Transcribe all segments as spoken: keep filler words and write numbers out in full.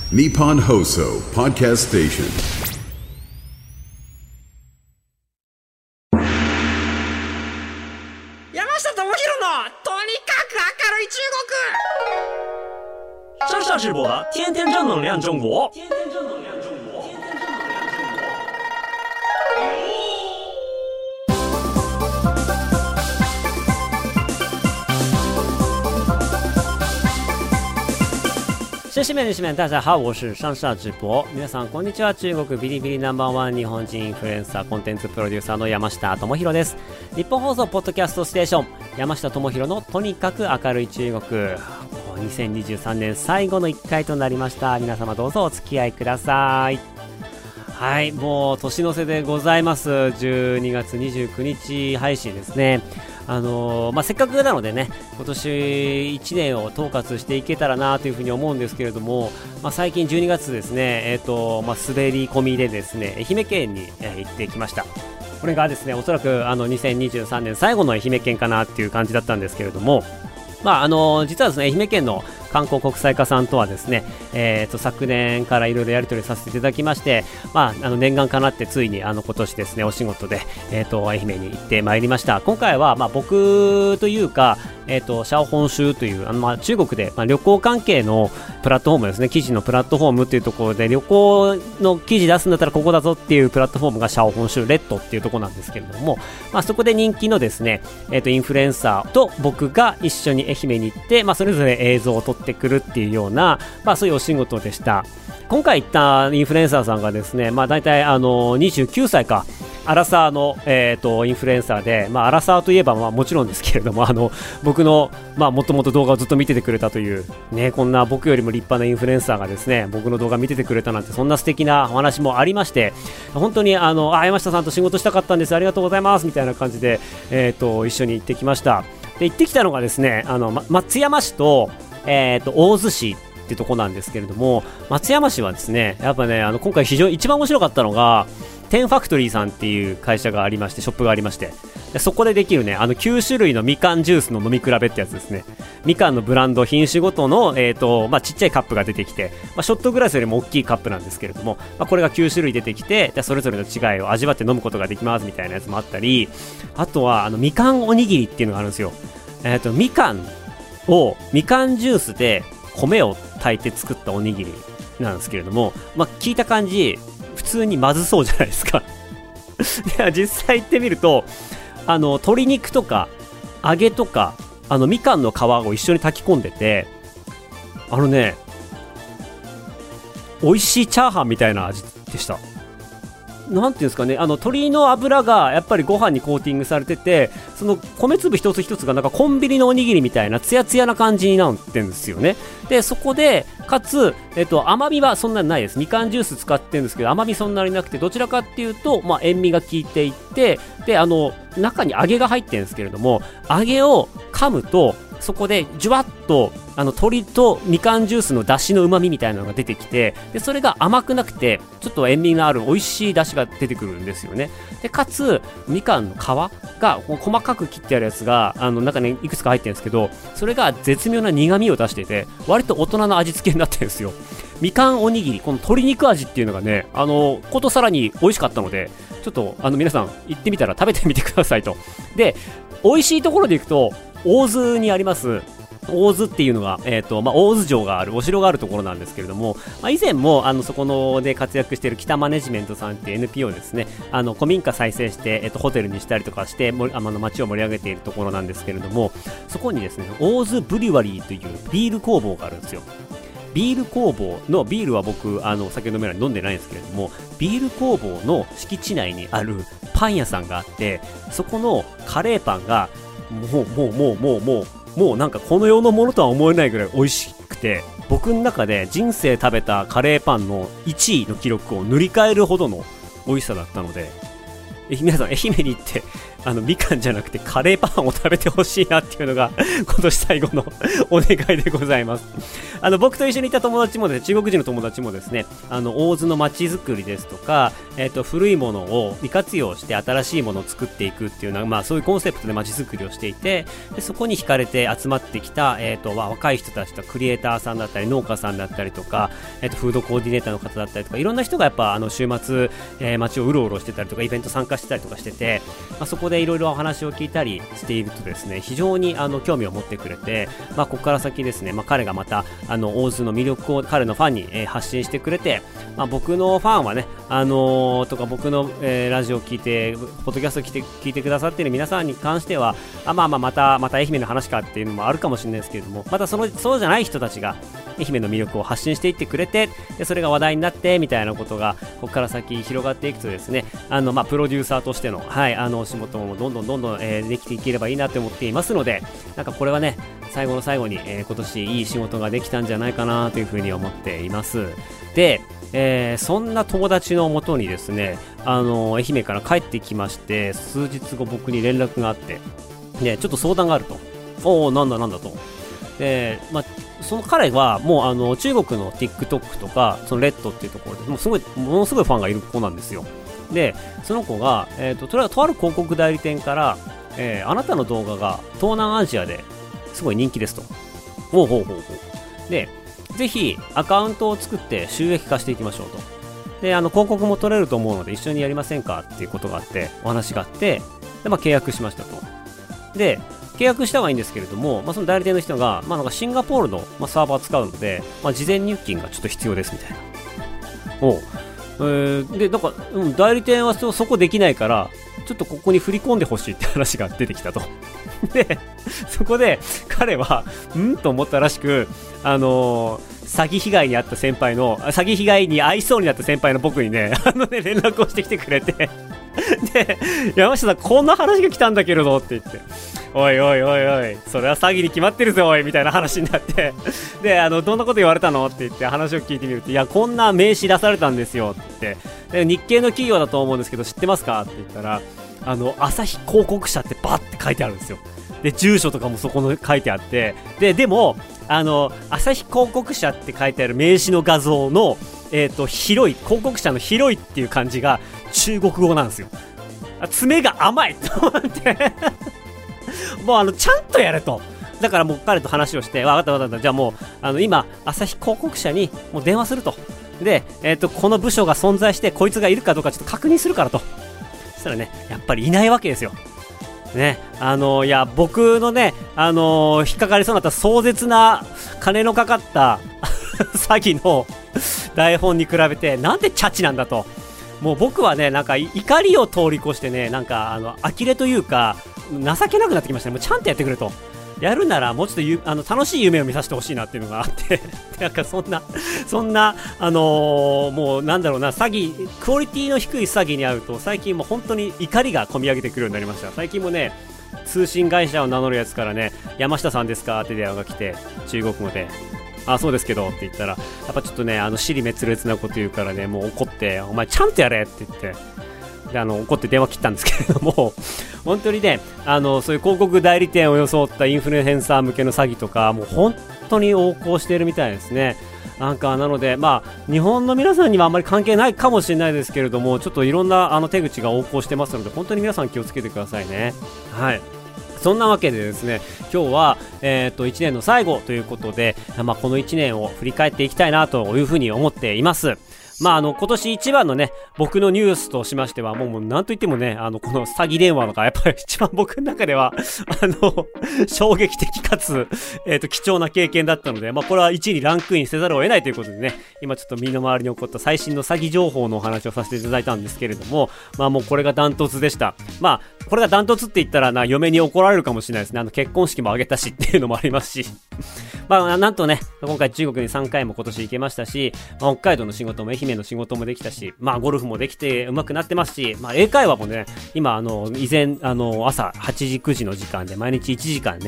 Nippon Hoso Podcast Station. 山下智博のとにかく明るい中国。 山下智博的天天正能量中国。天天正能量中国。天天正能量中国。 シェシメンシメン大家好，我是上下直播。皆さんこんにちは。中国ビリビリナンバーワン日本人インフルエンサーコンテンツプロデューサーの山下智博です。日本放送ポッドキャストステーション山下智博のとにかく明るい中国。にせんにじゅうさんねん最後のいっかいとなりました。皆様どうぞお付き合いください。はい、もう年の瀬でございます。じゅうにがつにじゅうくにち配信ですね。あのーまあ、せっかくなのでね、今年いちねんを統括していけたらなというふうに思うんですけれども、まあ、最近じゅうにがつですね、えーとまあ、滑り込みでですね、愛媛県に、えー行ってきました。これがですね、おそらくあのにせんにじゅうさんねん最後の愛媛県かなっていう感じだったんですけれども、まああのー、実はですね、愛媛県の観光国際課さんとはですね、えー、と昨年からいろいろやり取りさせていただきまして、まあ、あの念願かなってついにあの今年ですねお仕事で、えー、と愛媛に行ってまいりました。今回は、まあ、僕というか、えー、とシャオホンシュというあの、まあ、中国で、まあ、旅行関係のプラットフォームですね、記事のプラットフォームというところで旅行の記事出すんだったらここだぞっていうプラットフォームがシャオホンシュレッドっていうところなんですけれども、まあ、そこで人気のですね、えー、とインフルエンサーと僕が一緒に愛媛に行って、まあ、それぞれ映像を撮ってくるっていうような、まあ、そういうお仕事でした。今回行ったインフルエンサーさんがですね、まあ、大体あのにじゅうきゅうさいかアラサーの、えー、とインフルエンサーで、まあ、アラサーといえば、まあ、もちろんですけれども、あの僕のもともと動画をずっと見ててくれたという、ね、こんな僕よりも立派なインフルエンサーがですね僕の動画見ててくれたなんて、そんな素敵なお話もありまして、本当にあのあ山下さんと仕事したかったんです、ありがとうございますみたいな感じで、えー、と一緒に行ってきました。で行ってきたのがですね、あの、ま、松山市と、えー、と大洲市っていうとこなんですけれども、松山市はですねやっぱね、あの今回非常に一番面白かったのがテンファクトリーさんっていう会社がありまして、ショップがありまして、でそこでできるね、あのきゅうしゅるいのみかんジュースの飲み比べってやつですね。みかんのブランド品種ごとの、えーとまあ、ちっちゃいカップが出てきて、まあ、ショットグラスよりも大きいカップなんですけれども、まあ、これがきゅうしゅるい出てきて、でそれぞれの違いを味わって飲むことができますみたいなやつもあったり、あとはあのみかんおにぎりっていうのがあるんですよ。えーとみかんをみかんジュースで米を炊いて作ったおにぎりなんですけれども、まあ、聞いた感じ普通にまずそうじゃないですかで実際行ってみると、あの鶏肉とか揚げとかあのみかんの皮を一緒に炊き込んでて、あのね美味しいチャーハンみたいな味でした。なんていうんですかね、あの鶏の油がやっぱりご飯にコーティングされてて、その米粒一つ一つがなんかコンビニのおにぎりみたいなツヤツヤな感じになってるんですよね。でそこでかつ、えっと、甘みはそんなにないです。みかんジュース使ってるんですけど甘みそんなになくて、どちらかっていうと、まあ、塩味が効いていて、であの中に揚げが入ってるんですけれども、揚げを噛むとそこでジュワッとあの鶏とみかんジュースの出汁の旨味みたいなのが出てきて、でそれが甘くなくてちょっと塩味のある美味しい出汁が出てくるんですよね。でかつみかんの皮が細かく切ってあるやつがあの中にいくつか入ってるんですけど、それが絶妙な苦味を出していて割と大人の味付けになってるんですよ。みかんおにぎり、この鶏肉味っていうのがね、あのことさらに美味しかったので、ちょっとあの皆さん行ってみたら食べてみてくださいと。で美味しいところでいくと大洲にあります大洲っていうのが、えーとまあ、大洲城があるお城があるところなんですけれども、まあ、以前もあのそこので活躍している北マネジメントさんっていう エヌピーオー ですね、あの古民家再生して、えーとホテルにしたりとかしてもあの街を盛り上げているところなんですけれども、そこにですね大洲ブリュワリーというビール工房があるんですよ。ビール工房のビールは僕あの酒飲めない飲んでないんですけれども、ビール工房の敷地内にあるパン屋さんがあって、そこのカレーパンがもうもうもうもうもうもうなんかこの世のものとは思えないぐらい美味しくて、僕の中で人生食べたカレーパンのいちいの記録を塗り替えるほどの美味しさだったので、え皆さん愛媛に行ってあのみかんじゃなくてカレーパンを食べてほしいなっていうのが今年最後のお願いでございます。あの僕と一緒にいた友達もですね、中国人の友達もですね、あの大津の街づくりですとか、えー、と古いものを利活用して新しいものを作っていくっていうのは、まあ、そういうコンセプトで街づくりをしていて、でそこに惹かれて集まってきた、えー、と若い人たちとクリエイターさんだったり農家さんだったりとか、えー、とフードコーディネーターの方だったりとか、いろんな人がやっぱあの週末、えー、街をうろうろしてたりとかイベント参加してたりとかしてて、まあ、そこでいろいろお話を聞いたりしているとですね、非常にあの興味を持ってくれて、まあ、ここから先ですね、まあ、彼がまたあの大津の魅力を彼のファンに、えー、発信してくれて、まあ、僕のファンはね、あのー、とか僕の、えー、ラジオを聞いてポッドキャストを聞いて、聞いてくださっている皆さんに関しては、あ、まあ、まあまたまた愛媛の話かっていうのもあるかもしれないですけれども、またそのそうじゃない人たちが愛媛の魅力を発信していってくれて、でそれが話題になってみたいなことがここから先広がっていくとですね、あの、まあ、プロデューサーとしての、はい、あの仕事もどんどんどんどん、えー、できていければいいなと思っていますので、なんかこれはね、最後の最後に、えー、今年いい仕事ができたんじゃないかなというふうに思っています。で、えー、そんな友達のもとにですね、あの愛媛から帰ってきまして、数日後僕に連絡があって、ね、ちょっと相談があると。おお、なんだなんだと。で、まあ、その彼はもうあの中国の TikTok とかそのレッドっていうところでもうすごいものすごいファンがいる子なんですよ。でその子が、えー、ととりあえずとある広告代理店から、えー、あなたの動画が東南アジアですごい人気ですと。ほうほうほうほう。でぜひアカウントを作って収益化していきましょうと。であの広告も取れると思うので一緒にやりませんかっていうことがあって、お話があって、で、まあ、契約しましたと。で契約したはいいんですけれども、まあ、その代理店の人が、まあ、なんかシンガポールの、まあ、サーバー使うので、まあ、事前入金がちょっと必要ですみたいな。おう、えー、でなんか、うん、代理店は そ, そこできないからちょっとここに振り込んでほしいって話が出てきたと。でそこで彼はんと思ったらしく、あのー詐欺被害に遭った先輩の詐欺被害に遭いそうになった先輩の僕にね、あのね連絡をしてきてくれてで山下さんこんな話が来たんだけれどって言って、おいおいおいおいそれは詐欺に決まってるぜおいみたいな話になって、であのどんなこと言われたのって言って話を聞いてみると、いやこんな名刺出されたんですよって言って、で日系の企業だと思うんですけど知ってますかって言ったら、あの朝日広告社ってバッて書いてあるんですよ。で住所とかもそこの書いてあって、ででもあの朝日広告社って書いてある名刺の画像の、えーと、広い広告社の広いっていう漢字が中国語なんですよ。爪が甘いと思ってもうあのちゃんとやれと。だからもう彼と話をして、わかったわかった、じゃあもうあの今朝日広告社にもう電話すると。で、えーと、この部署が存在してこいつがいるかどうかちょっと確認するからと。そしたらね、やっぱりいないわけですよね。あのいや僕のね、あのー、引っかかりそうになった壮絶な金のかかった詐欺の台本に比べてなんでチャチなんだと。もう僕はね、なんか怒りを通り越してね、なんかあの呆れというか情けなくなってきましたね。もうちゃんとやってくれと。やるならもうちょっとゆあの楽しい夢を見させてほしいなっていうのがあってなんかそんなそんなあのー、もうなんだろうな、詐欺クオリティの低い詐欺に遭うと最近もう本当に怒りが込み上げてくるようになりました。最近もね、通信会社を名乗るやつからね、山下さんですかって電話が来て、中国語であそうですけどって言ったら、やっぱちょっとね、あの尻滅裂なこと言うからね、もう怒って、お前ちゃんとやれって言って、であの怒って電話切ったんですけれども本当にね、あのそういう広告代理店を装ったインフルエンサー向けの詐欺とかもう本当に横行しているみたいですね。なんかなので、まあ、日本の皆さんにはあんまり関係ないかもしれないですけれども、ちょっといろんなあの手口が横行してますので、本当に皆さん気をつけてくださいね。はい、そんなわけでですね、今日は、えー、といちねんの最後ということで、まあ、このいちねんを振り返っていきたいなというふうに思っています。まあ、あの今年一番のね、僕のニュースとしましては、もう、もうなんといってもね、あのこの詐欺電話のがやっぱり一番僕の中ではあの衝撃的かつ、えー、と貴重な経験だったので、まあ、これはいちいにランクインせざるを得ないということでね、今ちょっと身の回りに起こった最新の詐欺情報のお話をさせていただいたんですけれども、まあもうこれがダントツでした。まあこれがダントツって言ったらな、嫁に怒られるかもしれないですね。あの結婚式も挙げたしっていうのもありますしまあなんとね、今回中国にさんかいも今年行けましたし、まあ、北海道の仕事も愛媛の仕事もできたし、まあゴルフもできて上手くなってますし、まあ英会話もね、今あの以前あの朝はちじくじの時間で毎日いちじかんね、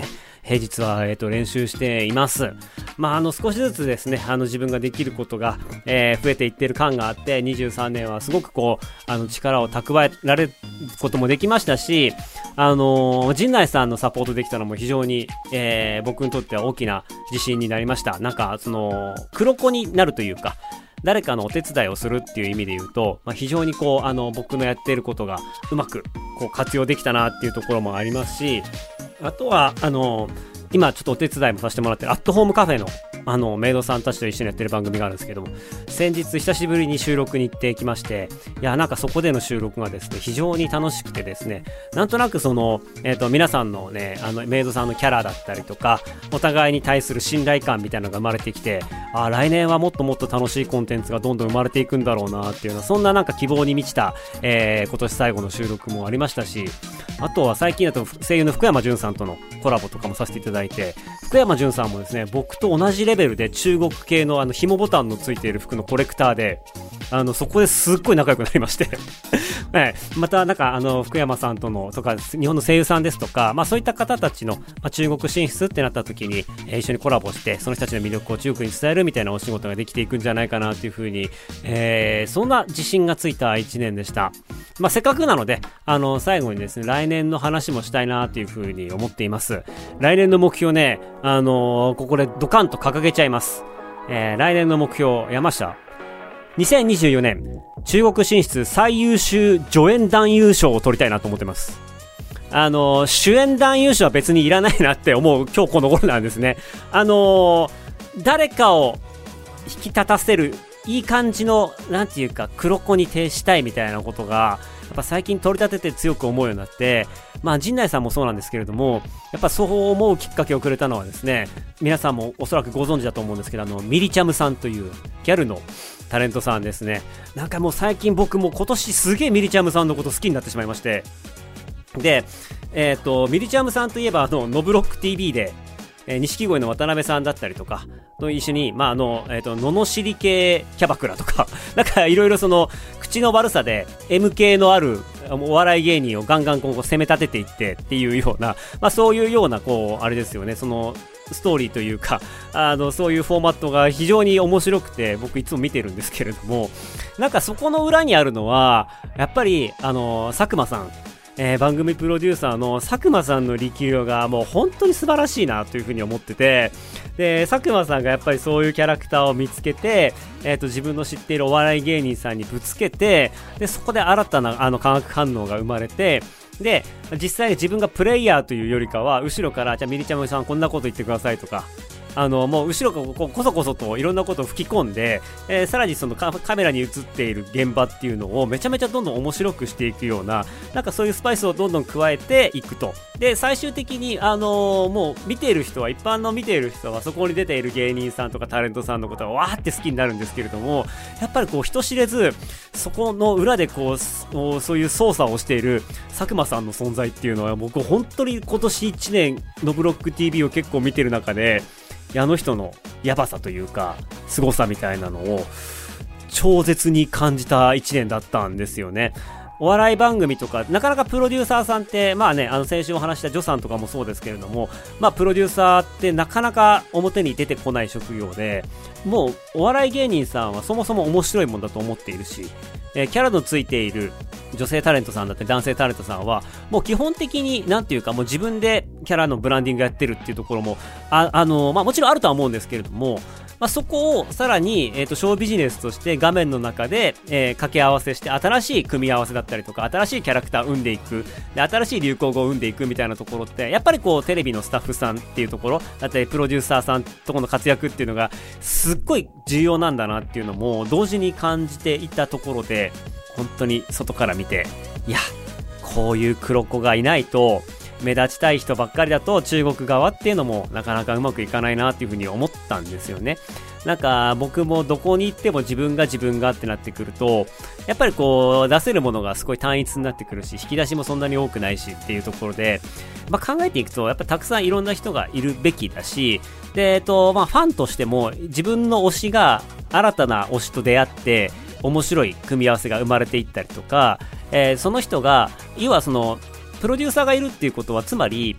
平日は、えー、と練習しています。まあ、あの少しずつですね、あの自分ができることが、えー、増えていっている感があって、にじゅうさんねんはすごくこうあの力を蓄えられることもできましたし、あのー、陣内さんのサポートできたのも非常に、えー、僕にとっては大きな自信になりました。なんかその黒子になるというか、誰かのお手伝いをするっていう意味で言うと、まあ、非常にこうあの僕のやっていることがうまくこう活用できたなっていうところもありますし、あとはあの今ちょっとお手伝いもさせてもらってるアットホームカフェのあのメイドさんたちと一緒にやってる番組があるんですけども、先日久しぶりに収録に行ってきまして、いやなんかそこでの収録がですね非常に楽しくてですね、なんとなくその、えーと、皆さんのねあのメイドさんのキャラだったりとか、お互いに対する信頼感みたいなのが生まれてきて、あ来年はもっともっと楽しいコンテンツがどんどん生まれていくんだろうなっていうのは、そんななんか希望に満ちた、えー、今年最後の収録もありましたし、あとは最近だと声優の福山潤さんとのコラボとかもさせていただいて、福山潤さんもですね僕と同じレベルで中国系のあの紐ボタンのついている服のコレクターで、あのそこですっごい仲良くなりましてはい、またなんかあの福山さんとのとか日本の声優さんですとか、まあ、そういった方たちの、まあ、中国進出ってなった時に、えー、一緒にコラボしてその人たちの魅力を中国に伝えるみたいなお仕事ができていくんじゃないかなというふうに、えー、そんな自信がついたいちねんでした。まあ、せっかくなのであの最後にですね来年の話もしたいなというふうに思っています。来年の目標ね、あのー、ここでドカンと掲げちゃいます。えー、来年の目標山下にせんにじゅうよねん中国進出最優秀助演男優賞を取りたいなと思ってます。あのー、主演男優賞は別にいらないなって思う今日この頃なんですね。あのー、誰かを引き立たせるいい感じのなんていうか黒子に呈したいみたいなことがやっぱ最近取り立てて強く思うようになって、まあ陣内さんもそうなんですけれども、やっぱそう思うきっかけをくれたのはですね、皆さんもおそらくご存知だと思うんですけど、あのミリチャムさんというギャルのタレントさんですね。なんかもう最近僕も今年すげえミリチャムさんのこと好きになってしまいまして、で、えっとミリチャムさんといえばあのノブロック ティーブイ で錦鯉の渡辺さんだったりとかと一緒に、まああのえー、と罵り系キャバクラとかなんかいろいろその口の悪さで エム 系のあるお笑い芸人をガンガンこう攻め立てていってっていうような、まあ、そういうようなこうあれですよね、そのストーリーというかあのそういうフォーマットが非常に面白くて僕いつも見てるんですけれども、なんかそこの裏にあるのはやっぱりあの佐久間さん、えー、番組プロデューサーの佐久間さんの力量がもう本当に素晴らしいなというふうに思ってて、で佐久間さんがやっぱりそういうキャラクターを見つけて、えー、と自分の知っているお笑い芸人さんにぶつけて、でそこで新たなあの化学反応が生まれて、で実際に自分がプレイヤーというよりかは後ろからじゃあミリちゃんさんこんなこと言ってくださいとか、あのもう後ろからこうこそこそといろんなことを吹き込んで、えー、さらにその カ, カメラに映っている現場っていうのをめちゃめちゃどんどん面白くしていくような、なんかそういうスパイスをどんどん加えていくと。で最終的に、あのー、もう見ている人は一般の見ている人はそこに出ている芸人さんとかタレントさんのことはわーって好きになるんですけれども、やっぱりこう人知れずそこの裏でこうそういう操作をしている佐久間さんの存在っていうのは僕本当に今年いちねんノブロック ティーブイ を結構見てる中であの人のヤバさというか凄さみたいなのを超絶に感じたいちねんだったんですよね。お笑い番組とかなかなかプロデューサーさんってまあね、あの先週お話したジョさんとかもそうですけれども、まあプロデューサーってなかなか表に出てこない職業で、もうお笑い芸人さんはそもそも面白いもんだと思っているし、えー、キャラのついている女性タレントさんだって男性タレントさんはもう基本的になんていうかもう自分でキャラのブランディングやってるっていうところも あ, あの、まあ、もちろんあるとは思うんですけれども、まあ、そこをさらに、えーと、ショービジネスとして画面の中で、えー、掛け合わせして新しい組み合わせだったりとか新しいキャラクターを生んでいく、で新しい流行語を生んでいくみたいなところってやっぱりこうテレビのスタッフさんっていうところだったりプロデューサーさんとこの活躍っていうのがすっごい重要なんだなっていうのも同時に感じていたところで、本当に外から見て、いやこういう黒子がいないと目立ちたい人ばっかりだと中国側っていうのもなかなかうまくいかないなっていうふうに思ったんですよね。なんか僕もどこに行っても自分が自分がってなってくるとやっぱりこう出せるものがすごい単一になってくるし、引き出しもそんなに多くないしっていうところで、まあ、考えていくとやっぱたくさんいろんな人がいるべきだし、で、えっとまあ、ファンとしても自分の推しが新たな推しと出会って面白い組み合わせが生まれていったりとか、えー、その人が要はそのプロデューサーがいるっていうことはつまり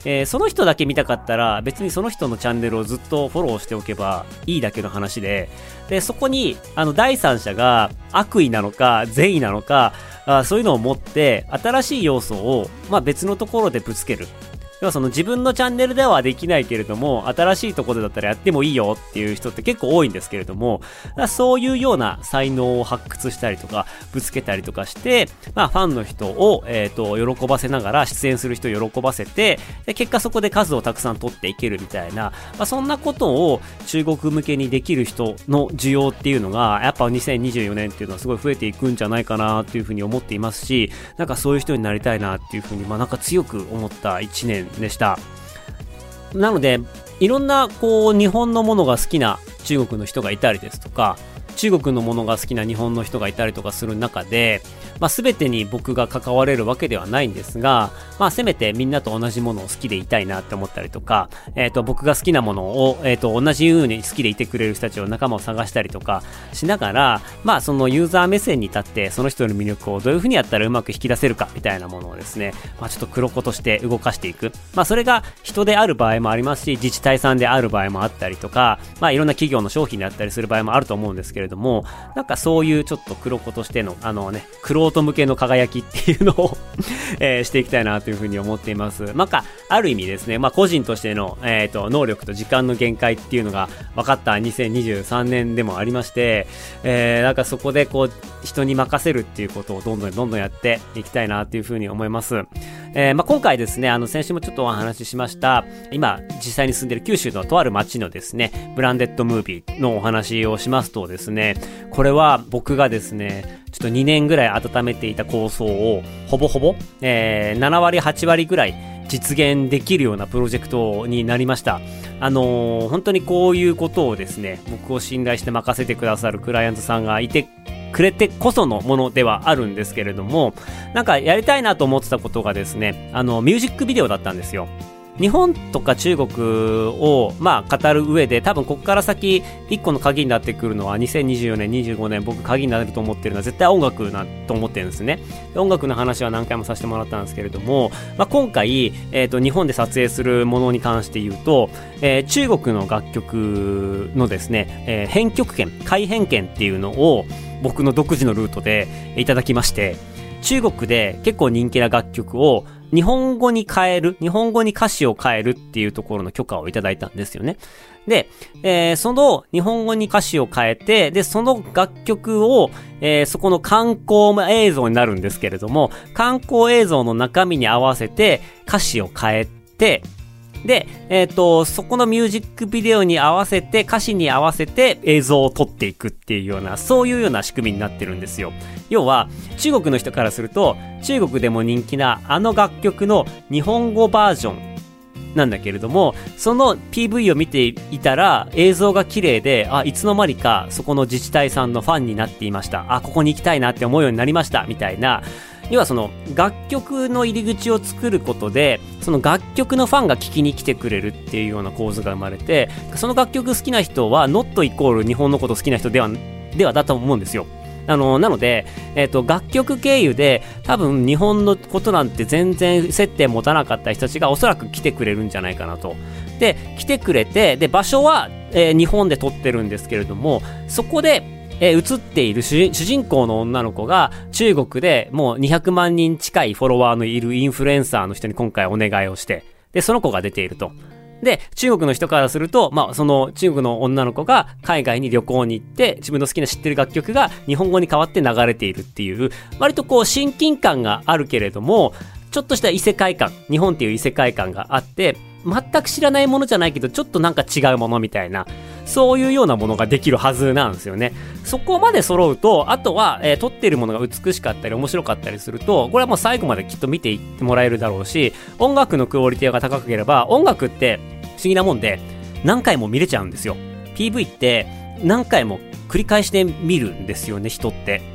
えー、その人だけ見たかったら別にその人のチャンネルをずっとフォローしておけばいいだけの話で、でそこにあの第三者が悪意なのか善意なのか、あそういうのを持って新しい要素を、まあ、別のところでぶつける。要はその自分のチャンネルではできないけれども新しいところだったらやってもいいよっていう人って結構多いんですけれども、そういうような才能を発掘したりとかぶつけたりとかして、まあ、ファンの人を、えーと喜ばせながら出演する人を喜ばせて、で結果そこで数をたくさん取っていけるみたいな、まあ、そんなことを中国向けにできる人の需要っていうのがやっぱにせんにじゅうよねんっていうのはすごい増えていくんじゃないかなっていうふうに思っていますし、なんかそういう人になりたいなっていうふうに、まあ、なんか強く思ったいちねんでした。なのでいろんなこう日本のものが好きな中国の人がいたりですとか、中国のものが好きな日本の人がいたりとかする中で、まあ、全てに僕が関われるわけではないんですが、まあ、せめてみんなと同じものを好きでいたいなって思ったりとか、えーと、僕が好きなものを、えーと、同じように好きでいてくれる人たちを仲間を探したりとかしながら、まあ、そのユーザー目線に立ってその人の魅力をどういうふうにやったらうまく引き出せるかみたいなものをですね、まあ、ちょっと黒子として動かしていく。まあ、それが人である場合もありますし、自治体さんである場合もあったりとか、まあ、いろんな企業の商品であったりする場合もあると思うんですけれども、なんかそういうちょっと黒子としてのあのね、玄人向けの輝きっていうのを、えー、していきたいなというふうに思っています。まあ、ある意味ですね、まあ、個人としての、えーと、能力と時間の限界っていうのが分かったにせんにじゅうさんねんでもありまして、えー、なんかそこでこう人に任せるっていうことをどんどんどんどんやっていきたいなというふうに思います。えーまあ、今回ですね、あの先週もちょっとお話ししました今実際に住んでる九州のとある町のですねブランデッドムービーのお話をしますとですね、これは僕がですねちょっとにねんぐらい温めていた構想をほぼほぼ、えー、ななわりはちわりぐらい実現できるようなプロジェクトになりました。あのー、本当にこういうことをですね、僕を信頼して任せてくださるクライアントさんがいてくれてこそのものではあるんですけれども、なんかやりたいなと思ってたことがですね、あのミュージックビデオだったんですよ。日本とか中国をまあ語る上で多分ここから先一個の鍵になってくるのはにせんにじゅうよねんにじゅうごねん僕鍵になると思ってるのは絶対音楽なと思ってるんですね。で音楽の話は何回もさせてもらったんですけれども、まあ、今回、えーと、日本で撮影するものに関して言うと、えー、中国の楽曲のですね、えー、編曲権改編権っていうのを僕の独自のルートでいただきまして、中国で結構人気な楽曲を日本語に変える、日本語に歌詞を変えるっていうところの許可をいただいたんですよね。で、えー、その日本語に歌詞を変えて、で、その楽曲を、えー、そこの観光映像になるんですけれども、観光映像の中身に合わせて歌詞を変えて、で、えっと、そこのミュージックビデオに合わせて、歌詞に合わせて映像を撮っていくっていうような、そういうような仕組みになってるんですよ。要は、中国の人からすると、中国でも人気なあの楽曲の日本語バージョンなんだけれども、その ピーブイ を見ていたら映像が綺麗で、あ、いつの間にかそこの自治体さんのファンになっていました。あ、ここに行きたいなって思うようになりました。みたいな、要はその楽曲の入り口を作ることでその楽曲のファンが聴きに来てくれるっていうような構図が生まれて、その楽曲好きな人はノットイコール日本のこと好きな人ではではだと思うんですよ。あのなので、えーと、楽曲経由で多分日本のことなんて全然接点持たなかった人たちがおそらく来てくれるんじゃないかなと。で来てくれて、で場所は、えー、日本で撮ってるんですけれども、そこでえー、映っている主人公の女の子が中国でもうにひゃくまんにん近いフォロワーのいるインフルエンサーの人に今回お願いをして、でその子が出ていると。で中国の人からすると、まあその中国の女の子が海外に旅行に行って自分の好きな知ってる楽曲が日本語に変わって流れているっていう、割とこう親近感があるけれどもちょっとした異世界観、日本っていう異世界観があって、全く知らないものじゃないけどちょっとなんか違うものみたいな、そういうようなものができるはずなんですよね。そこまで揃うと、あとは、えー、撮っているものが美しかったり面白かったりすると、これはもう最後まできっと見ていってもらえるだろうし、音楽のクオリティが高ければ、音楽って不思議なもんで何回も見れちゃうんですよ。 ピーブイ って何回も繰り返して見るんですよね、人って。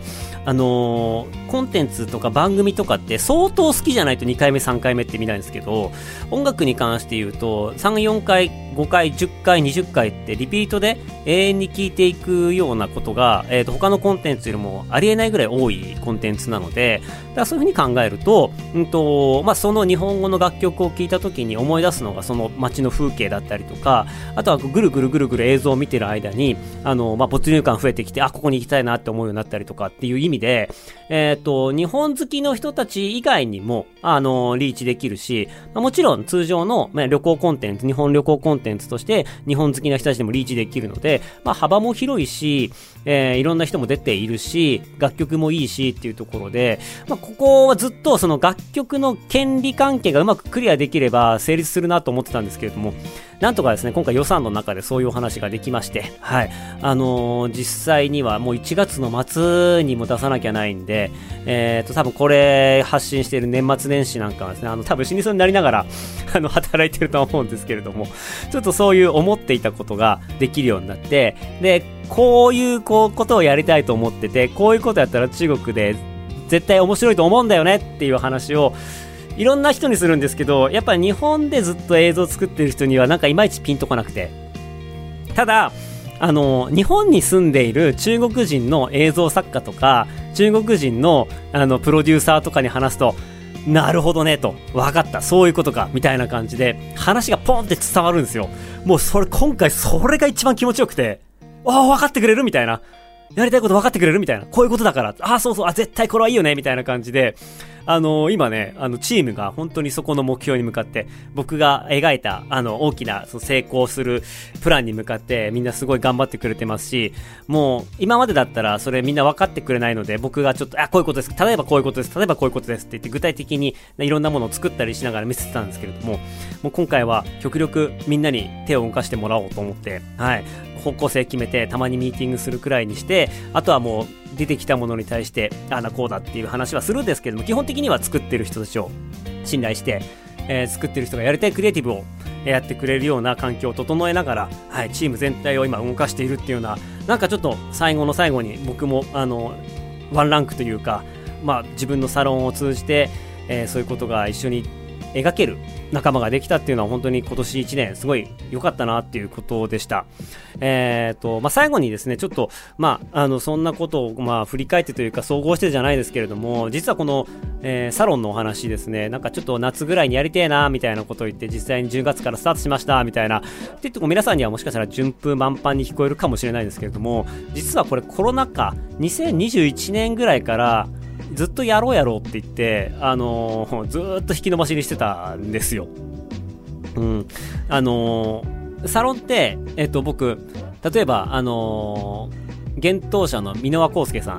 あのー、コンテンツとか番組とかって相当好きじゃないとにかいめさんかいめって見ないんですけど、音楽に関して言うとさん、よんかい、ごかい、じゅっかい、にじゅっかいってリピートで永遠に聴いていくようなことが、えーと、他のコンテンツよりもありえないぐらい多いコンテンツなので、だからそういう風に考えると、うんとまあ、その日本語の楽曲を聴いた時に思い出すのがその街の風景だったりとか、あとはぐるぐるぐるぐる映像を見てる間にあの、まあ、没入感増えてきて、あ、ここに行きたいなって思うようになったりとかっていう意味で、えっと、日本好きの人たち以外にも、あの、リーチできるし、まあ、もちろん通常の、まあ、旅行コンテンツ、日本旅行コンテンツとして日本好きな人たちでもリーチできるので、まあ、幅も広いし、えー、いろんな人も出ているし、楽曲もいいしっていうところで、まあ、ここはずっとその楽曲の権利関係がうまくクリアできれば成立するなと思ってたんですけれども、なんとかですね、今回予算の中でそういうお話ができまして、はい。あのー、実際にはもういちがつの末にも出さなきゃないんで、えーと、多分これ発信している年末年始なんかはですね、あの、多分死にそうになりながら、あの、働いてると思うんですけれども、ちょっとそういう思っていたことができるようになって、で、こういうこうことをやりたいと思ってて、こういうことやったら中国で絶対面白いと思うんだよねっていう話を、いろんな人にするんですけど、やっぱり日本でずっと映像を作ってる人にはなんかいまいちピンとこなくて、ただあの日本に住んでいる中国人の映像作家とか中国人のあのプロデューサーとかに話すと、なるほどねと、分かった、そういうことかみたいな感じで話がポンって伝わるんですよ。もうそれ今回それが一番気持ちよくて、ああ分かってくれるみたいな、やりたいこと分かってくれるみたいな、こういうことだから、ああそうそう、あ絶対これはいいよねみたいな感じで、あのー、今ね、あのチームが本当にそこの目標に向かって、僕が描いたあの大きなその成功するプランに向かってみんなすごい頑張ってくれてますし、もう今までだったらそれみんな分かってくれないので、僕がちょっとあこういうことです、例えばこういうことです、例えばこういうことですって言って具体的にいろんなものを作ったりしながら見せてたんですけれども、もう今回は極力みんなに手を動かしてもらおうと思って、はい、方向性決めてたまにミーティングするくらいにして、あとはもう出てきたものに対してああだこうだっていう話はするんですけども、基本的には作ってる人たちを信頼して、えー、作ってる人がやりたいクリエイティブをやってくれるような環境を整えながら、はい、チーム全体を今動かしているっていうような、なんかちょっと最後の最後に僕もあのワンランクというか、まあ、自分のサロンを通じて、えー、そういうことが一緒に描ける仲間ができたっていうのは本当に今年いちねんすごい良かったなっていうことでした。えーと、まあ、最後にですね、ちょっと、まあ、あの、そんなことを、まあ、振り返ってというか総合してじゃないですけれども、実はこの、えー、サロンのお話ですね、なんかちょっと夏ぐらいにやりてえな、みたいなことを言って、実際にじゅうがつからスタートしました、みたいな。って言っても皆さんにはもしかしたら順風満帆に聞こえるかもしれないですけれども、実はこれコロナ禍、にせんにじゅういちねんぐらいから、ずっとやろうやろうって言って、あのー、ずーっと引き伸ばしにしてたんですよ。うん。あのー、サロンって、えっと、僕、例えば、あのー、幻冬舎の箕輪康介さんって、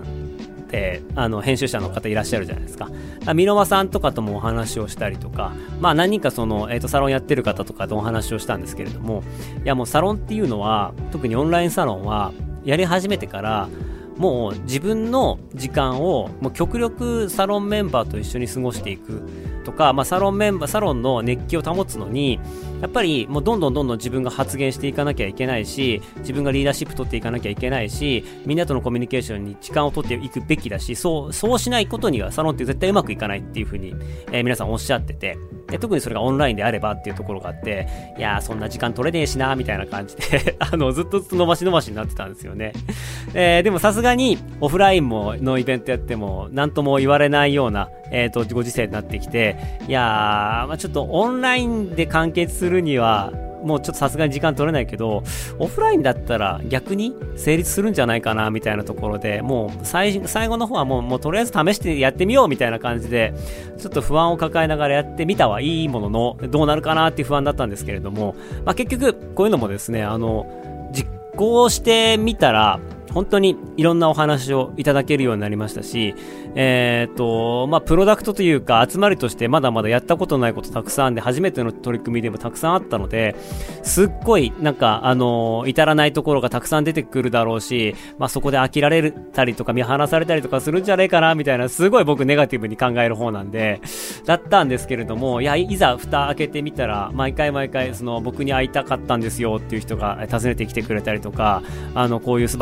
あの、編集者の方いらっしゃるじゃないですか。箕輪さんとかともお話をしたりとか、まあ何人かその、えっと、サロンやってる方とかとお話をしたんですけれども、いやもうサロンっていうのは、特にオンラインサロンは、やり始めてから、もう自分の時間をもう極力サロンメンバーと一緒に過ごしていくとか、まあ、サロンメンバーサロンの熱気を保つのにやっぱりもうどんどんどんどん自分が発言していかなきゃいけないし、自分がリーダーシップ取っていかなきゃいけないし、みんなとのコミュニケーションに時間を取っていくべきだし、そうそうしないことにはサロンって絶対うまくいかないっていうふうに、えー、皆さんおっしゃってて、で特にそれがオンラインであればっていうところがあって、いやーそんな時間取れねえしなみたいな感じであのずっと伸ばし伸ばしになってたんですよね。えー、でもさすがにオフラインものイベントやっても何とも言われないような、えー、とご時世になってきて、いやー、まあ、ちょっとオンラインで完結するにはもうちょっとさすがに時間取れないけど、オフラインだったら逆に成立するんじゃないかなみたいなところで、もう 最, 最後の方はもう、もうとりあえず試してやってみようみたいな感じでちょっと不安を抱えながらやってみたはいいものの、どうなるかなっていう不安だったんですけれども、まあ、結局こういうのもですね、あの実行してみたら本当にいろんなお話をいただけるようになりましたし、えーとまあ、プロダクトというか集まりとしてまだまだやったことないことたくさんあんで、初めての取り組みでもたくさんあったので、すっごいなんかあのー、至らないところがたくさん出てくるだろうし、まあ、そこで飽きられたりとか見放されたりとかするんじゃねえかなみたいな、すごい僕ネガティブに考える方なんでだったんですけれども、いやいざ蓋開けてみたら毎回毎回その僕に会いたかったんですよっていう人が訪ねてきてくれたりとか、あのこういう素晴らしいこと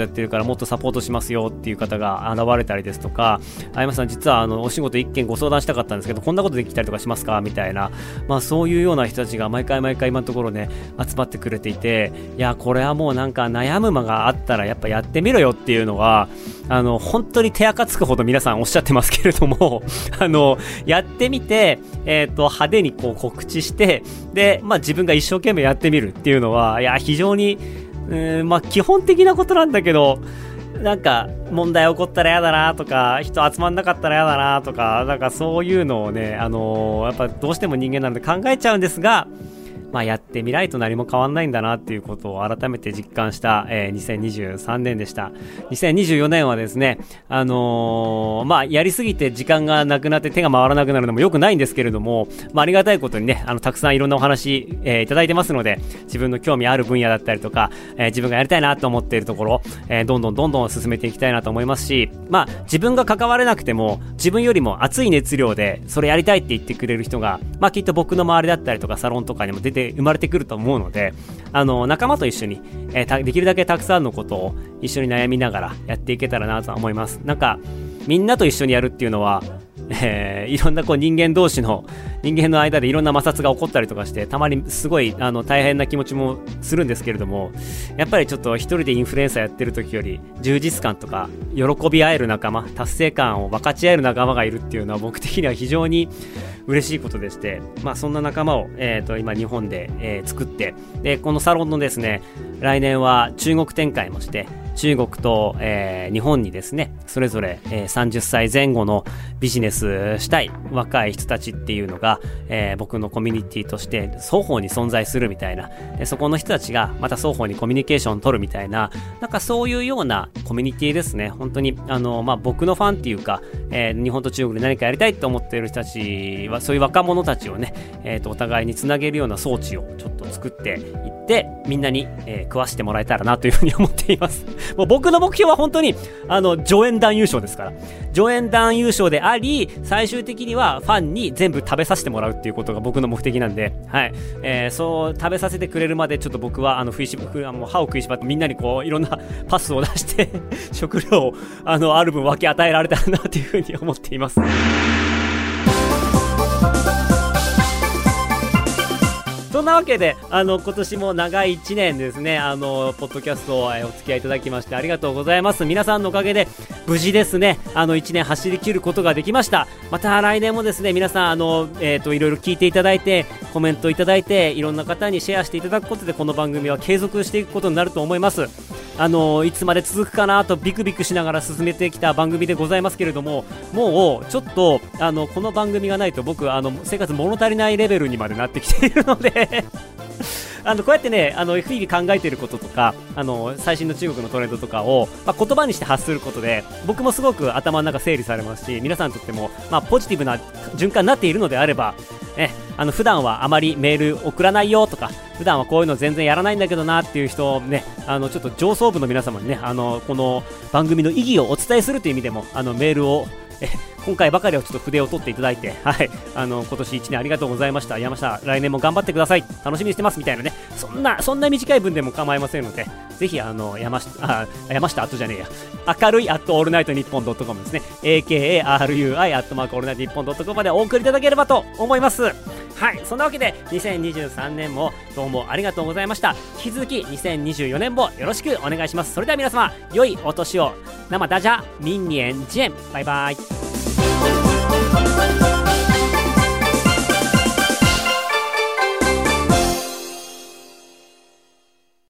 事やってるからもっとサポートしますよっていう方が現れたりですとか、あやまさん実はあのお仕事一件ご相談したかったんですけどこんなことできたりとかしますかみたいな、まあそういうような人たちが毎回毎回今のところね集まってくれていて、いやこれはもうなんか悩む間があったらやっぱやってみろよっていうのはあの本当に手垢つくほど皆さんおっしゃってますけれどもあのやってみて、えーと、派手にこう告知してで、まあ、自分が一生懸命やってみるっていうのはいや非常に、えーまあ、基本的なことなんだけどなんか問題起こったらやだなとか人集まんなかったらやだなとかなんかそういうのをね、あのー、やっぱどうしても人間なので考えちゃうんですが、まあ、やってみないと何も変わんないんだなっていうことを改めて実感した、えー、にせんにじゅうさんねんでした。にせんにじゅうよねんはですね、あのー、まあ、やりすぎて時間がなくなって手が回らなくなるのも良くないんですけれども、まあ、ありがたいことにね、あの、たくさんいろんなお話、えー、いただいてますので、自分の興味ある分野だったりとか、えー、自分がやりたいなと思っているところ、えー、どんどんどんどん進めていきたいなと思いますし、まあ、自分が関われなくても、自分よりも熱い熱量で、それやりたいって言ってくれる人が、まあ、きっと僕の周りだったりとか、サロンとかにも出て、生まれてくると思うので、あの仲間と一緒に、えー、できるだけたくさんのことを一緒に悩みながらやっていけたらなと思います。なんかみんなと一緒にやるっていうのは、えー、いろんなこう人間同士の人間の間でいろんな摩擦が起こったりとかしてたまにすごいあの大変な気持ちもするんですけれども、やっぱりちょっと一人でインフルエンサーやってる時より充実感とか喜び合える仲間、達成感を分かち合える仲間がいるっていうのは僕的には非常に嬉しいことでして、まあ、そんな仲間を、えー、と今日本で、えー、作って、でこのサロンのですね来年は中国展開もして中国と、えー、日本にですねそれぞれ、えー、さんじゅっさいぜん後のビジネスしたい若い人たちっていうのが、えー、僕のコミュニティとして双方に存在するみたいな、でそこの人たちがまた双方にコミュニケーションを取るみたいな、なんかそういうようなコミュニティですね。本当にあの、まあ、僕のファンっていうか、えー、日本と中国で何かやりたいと思っている人たちはそういう若者たちをね、えー、とお互いにつなげるような装置をちょっと作っていってみんなに、えー、食わしてもらえたらなというふうに思っています。もう僕の目標は本当にあの助演団優勝ですから、助演団優勝であり最終的にはファンに全部食べさせてもらうっていうことが僕の目的なんで、はい、えー、そう食べさせてくれるまでちょっと僕はあの食いしばもう歯を食いしばってみんなにこういろんなパスを出して食料をあのある分分け与えられたらなというふうに思っています。そんなわけであの今年も長いいちねんですね、あのポッドキャストを、えー、お付き合いいただきましてありがとうございます。皆さんのおかげで無事ですねあのいちねん走り切ることができました。また来年もですね皆さんあの、えー、といろいろ聞いていただいてコメントいただいていろんな方にシェアしていただくことでこの番組は継続していくことになると思います。あのいつまで続くかなとビクビクしながら進めてきた番組でございますけれども、もうちょっとあのこの番組がないと僕あの生活物足りないレベルにまでなってきているのであのこうやってねあの日々考えていることとかあの最新の中国のトレンドとかを、まあ、言葉にして発することで僕もすごく頭の中整理されますし、皆さんにとっても、まあ、ポジティブな循環になっているのであれば、えあの普段はあまりメール送らないよとか普段はこういうの全然やらないんだけどなっていう人をね、あのちょっと上層部の皆様にねあのこの番組の意義をお伝えするという意味でもあのメールをえ今回ばかりはちょっと筆を取っていただいて、はい、あの今年いちねんありがとうございました。山下来年も頑張ってください、楽しみにしてますみたいなね、そんなそんな短い文でも構いませんので、ぜひあの山下あ山下あとじゃねえや明るいアットオールナイトニッポンドットコムですね、 エーケーエーアールユーアイ アットマークオールナイトニッポンドットコムまでお送りいただければと思います。はい、そんなわけでにせんにじゅうさんねんもどうもありがとうございました。引き続きにせんにじゅうよねんもよろしくお願いします。それでは皆様良いお年を。生ダジャミンニエンジェンバイバイ。